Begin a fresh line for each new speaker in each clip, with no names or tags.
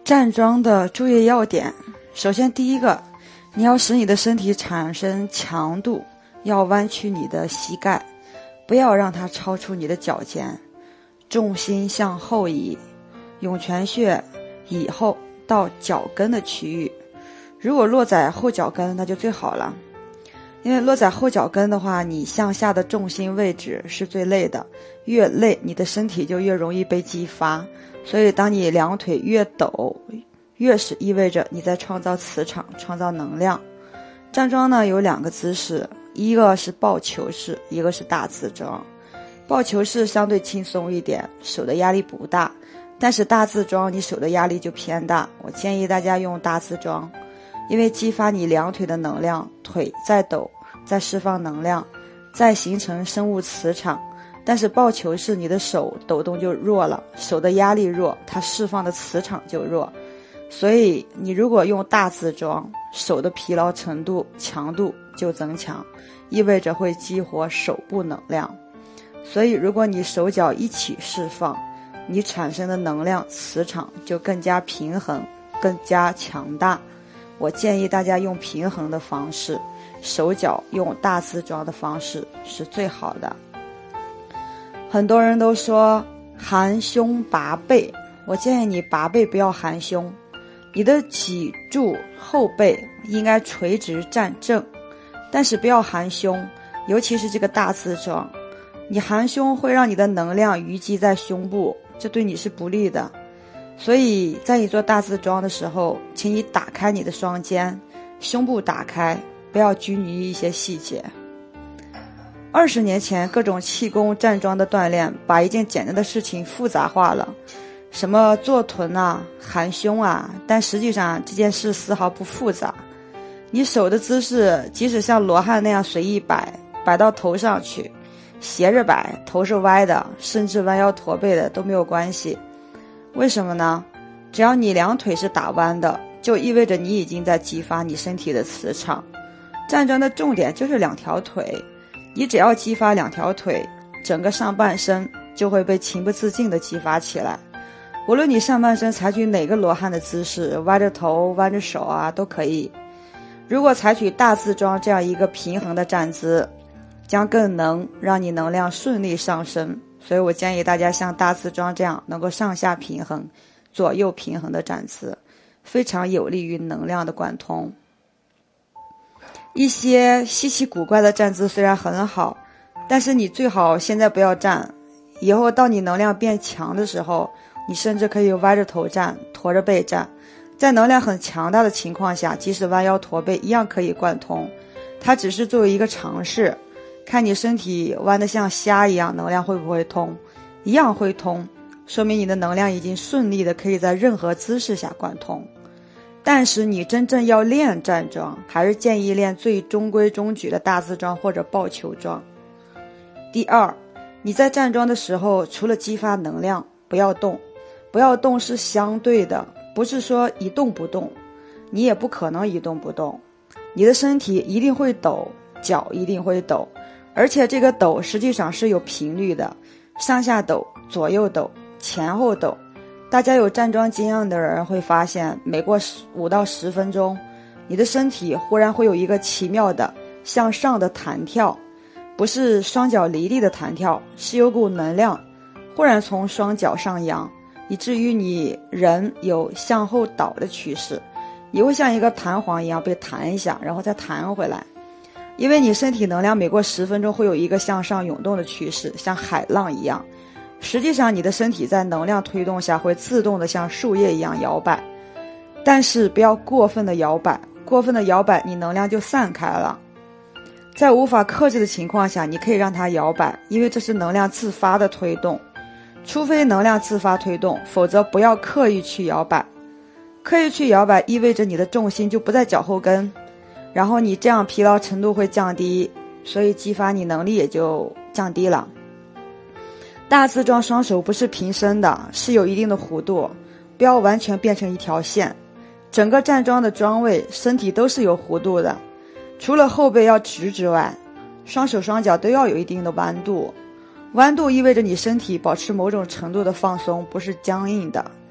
站桩的注意要点，首先第一个，你要使你的身体产生强度，要弯曲你的膝盖，不要让它超出你的脚尖，重心向后移，涌泉穴以后到脚跟的区域，如果落在后脚跟那就最好了，因为落在后脚跟的话，你向下的重心位置是最累的，越累你的身体就越容易被激发，所以当你两腿越抖，越是意味着你在创造磁场，创造能量。站桩呢有两个姿势，一个是抱球式，一个是大字桩。抱球式相对轻松一点，手的压力不大，但是大字桩你手的压力就偏大，我建议大家用大字桩，因为激发你两腿的能量，腿在抖，在释放能量，在形成生物磁场。但是抱球式你的手抖动就弱了，手的压力弱，它释放的磁场就弱，所以你如果用大字桩，手的疲劳程度强度就增强，意味着会激活手部能量。所以如果你手脚一起释放，你产生的能量磁场就更加平衡，更加强大。我建议大家用平衡的方式，手脚用大字桩的方式是最好的。很多人都说含胸拔背，我建议你拔背不要含胸，你的脊柱后背应该垂直站正，但是不要含胸，尤其是这个大字桩，你含胸会让你的能量淤积在胸部，这对你是不利的。所以在你做大字桩的时候，请你打开你的双肩，胸部打开，不要拘泥于一些细节。20年前各种气功站桩的锻炼把一件简单的事情复杂化了，什么坐臀啊，含胸啊，但实际上这件事丝毫不复杂。你手的姿势即使像罗汉那样随意摆，摆到头上去，斜着摆，头是歪的，甚至弯腰驼背的都没有关系。为什么呢？只要你两腿是打弯的，就意味着你已经在激发你身体的磁场。站桩的重点就是两条腿，你只要激发两条腿，整个上半身就会被情不自禁地激发起来。无论你上半身采取哪个罗汉的姿势，歪着头弯着手啊都可以。如果采取大字桩这样一个平衡的站姿，将更能让你能量顺利上升，所以我建议大家像大字桩这样能够上下平衡，左右平衡的站姿，非常有利于能量的贯通。一些稀奇古怪的站姿虽然很好，但是你最好现在不要站，以后到你能量变强的时候，你甚至可以歪着头站，驼着背站，在能量很强大的情况下，即使弯腰驼背一样可以贯通。它只是作为一个尝试，看你身体弯得像虾一样，能量会不会通，一样会通，说明你的能量已经顺利的可以在任何姿势下贯通。但是你真正要练站桩，还是建议练最中规中矩的大字桩或者抱球桩。第二，你在站桩的时候，除了激发能量，不要动。不要动是相对的，不是说一动不动，你也不可能一动不动。你的身体一定会抖，脚一定会抖，而且这个抖实际上是有频率的，上下抖，左右抖，前后抖。大家有站桩经验的人会发现，每过5到10分钟，你的身体忽然会有一个奇妙的向上的弹跳，不是双脚离地的弹跳，是有股能量忽然从双脚上扬，以至于你人有向后倒的趋势，你会像一个弹簧一样被弹一下，然后再弹回来。因为你身体能量每过10分钟会有一个向上涌动的趋势，像海浪一样。实际上你的身体在能量推动下会自动的像树叶一样摇摆，但是不要过分的摇摆，过分的摇摆你能量就散开了。在无法克制的情况下，你可以让它摇摆，因为这是能量自发的推动，除非能量自发推动，否则不要刻意去摇摆。刻意去摇摆意味着你的重心就不在脚后跟，然后你这样疲劳程度会降低，所以激发你能力也就降低了。大字桩双手不是平伸的，是有一定的弧度，不要完全变成一条线。整个站桩的桩位身体都是有弧度的，除了后背要直之外，双手双脚都要有一定的弯度。弯度意味着你身体保持某种程度的放松，不是僵硬的。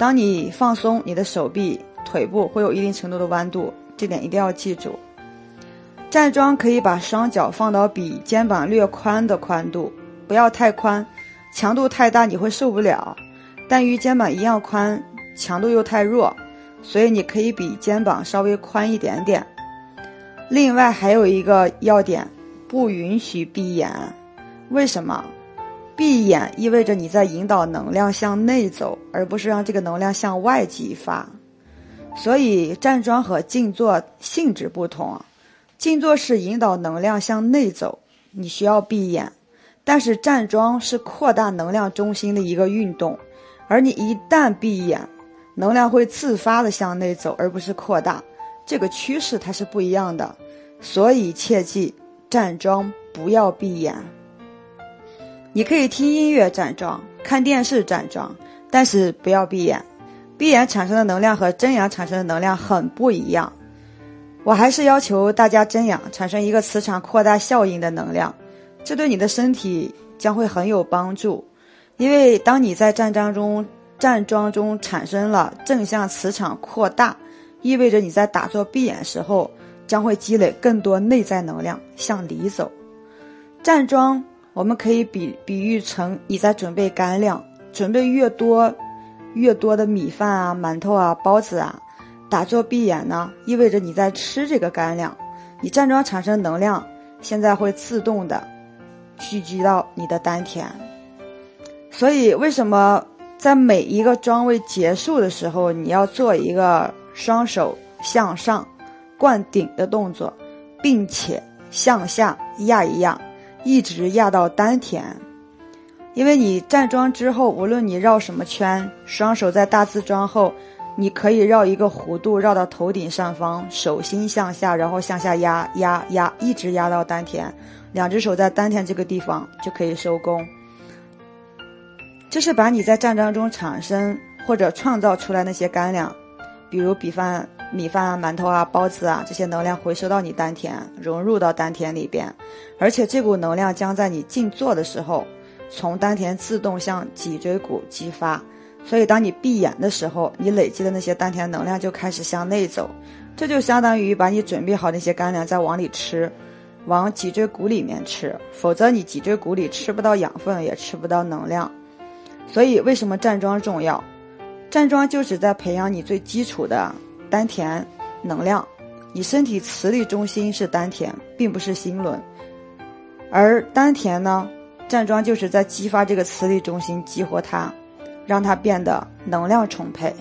当你放松，你的手臂、腿部会有一定程度的弯度，这点一定要记住。站桩可以把双脚放到比肩膀略宽的宽度，不要太宽，强度太大你会受不了，但与肩膀一样宽，强度又太弱，所以你可以比肩膀稍微宽一点点。另外还有一个要点，不允许闭眼。为什么？闭眼意味着你在引导能量向内走，而不是让这个能量向外激发。所以站桩和静坐性质不同，静坐是引导能量向内走，你需要闭眼，但是站桩是扩大能量中心的一个运动，而你一旦闭眼，能量会自发的向内走，而不是扩大，这个趋势它是不一样的。所以切记，站桩不要闭眼。你可以听音乐站桩，看电视站桩，但是不要闭眼。闭眼产生的能量和睁眼产生的能量很不一样。我还是要求大家睁眼，产生一个磁场扩大效应的能量，这对你的身体将会很有帮助。因为当你在站桩中产生了正向磁场扩大，意味着你在打坐闭眼时候将会积累更多内在能量向里走。站桩我们可以比喻成你在准备干粮，准备越多的米饭啊、馒头啊、包子啊，打坐闭眼呢，意味着你在吃这个干粮，你站桩产生能量现在会自动的聚集到你的丹田。所以为什么在每一个桩位结束的时候，你要做一个双手向上灌顶的动作，并且向下压一压，一直压到丹田。因为你站桩之后，无论你绕什么圈，双手在大字桩后，你可以绕一个弧度，绕到头顶上方，手心向下，然后向下压，一直压到丹田，两只手在丹田这个地方就可以收工。这是把你在站桩中产生或者创造出来那些干粮，比如米饭啊、馒头啊、包子啊，这些能量回收到你丹田，融入到丹田里边，而且这股能量将在你静坐的时候从丹田自动向脊椎骨激发，所以当你闭眼的时候，你累积的那些丹田能量就开始向内走，这就相当于把你准备好那些干粮再往里吃，往脊椎骨里面吃，否则你脊椎骨里吃不到养分，也吃不到能量。所以为什么站桩重要？站桩就是在培养你最基础的丹田能量，你身体磁力中心是丹田，并不是心轮，而丹田呢，站桩就是在激发这个磁力中心，激活它，让它变得能量充沛。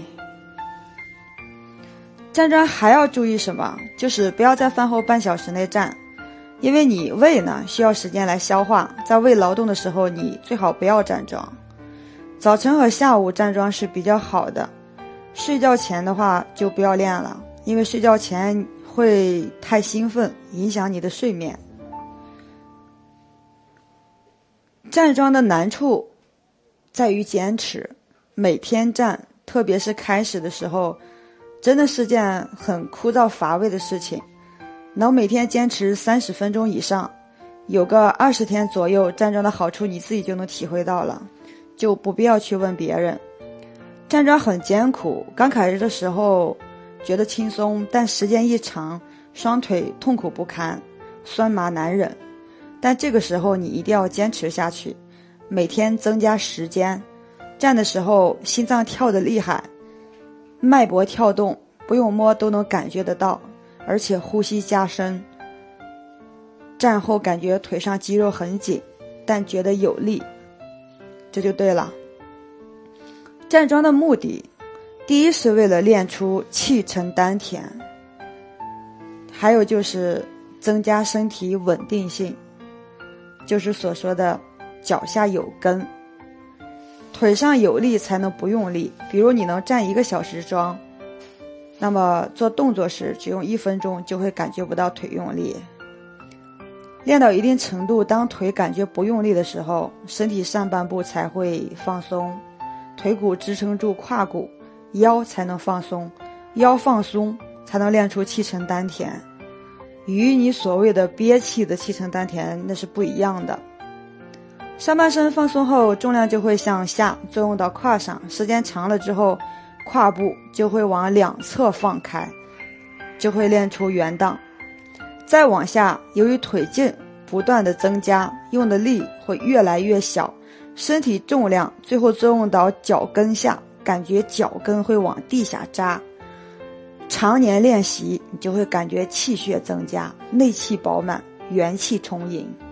站桩还要注意什么？就是不要在饭后半小时内站，因为你胃呢需要时间来消化，在胃劳动的时候你最好不要站桩。早晨和下午站桩是比较好的，睡觉前的话就不要练了，因为睡觉前会太兴奋，影响你的睡眠。站桩的难处在于坚持，每天站，特别是开始的时候，真的是件很枯燥乏味的事情。能每天坚持30分钟以上，有个20天左右，站桩的好处你自己就能体会到了，就不必要去问别人。站桩很艰苦，刚开始的时候觉得轻松，但时间一长，双腿痛苦不堪，酸麻难忍。但这个时候你一定要坚持下去，每天增加时间。站的时候心脏跳得厉害，脉搏跳动，不用摸都能感觉得到，而且呼吸加深。站后感觉腿上肌肉很紧，但觉得有力，这就对了。站桩的目的，第一是为了练出气沉丹田，还有就是增加身体稳定性，就是所说的脚下有根，腿上有力才能不用力。比如你能站1个小时桩，那么做动作时只用1分钟就会感觉不到腿用力。练到一定程度，当腿感觉不用力的时候，身体上半部才会放松，腿骨支撑住胯骨，腰才能放松，腰放松才能练出气沉丹田，与你所谓的憋气的气沉丹田那是不一样的。上半身放松后，重量就会向下作用到胯上，时间长了之后， 胯部就会往两侧放开，就会练出圆档。再往下，由于腿劲不断的增加，用的力会越来越小，身体重量最后作用到脚跟下，感觉脚跟会往地下扎。常年练习，你就会感觉气血增加，内气饱满，元气充盈。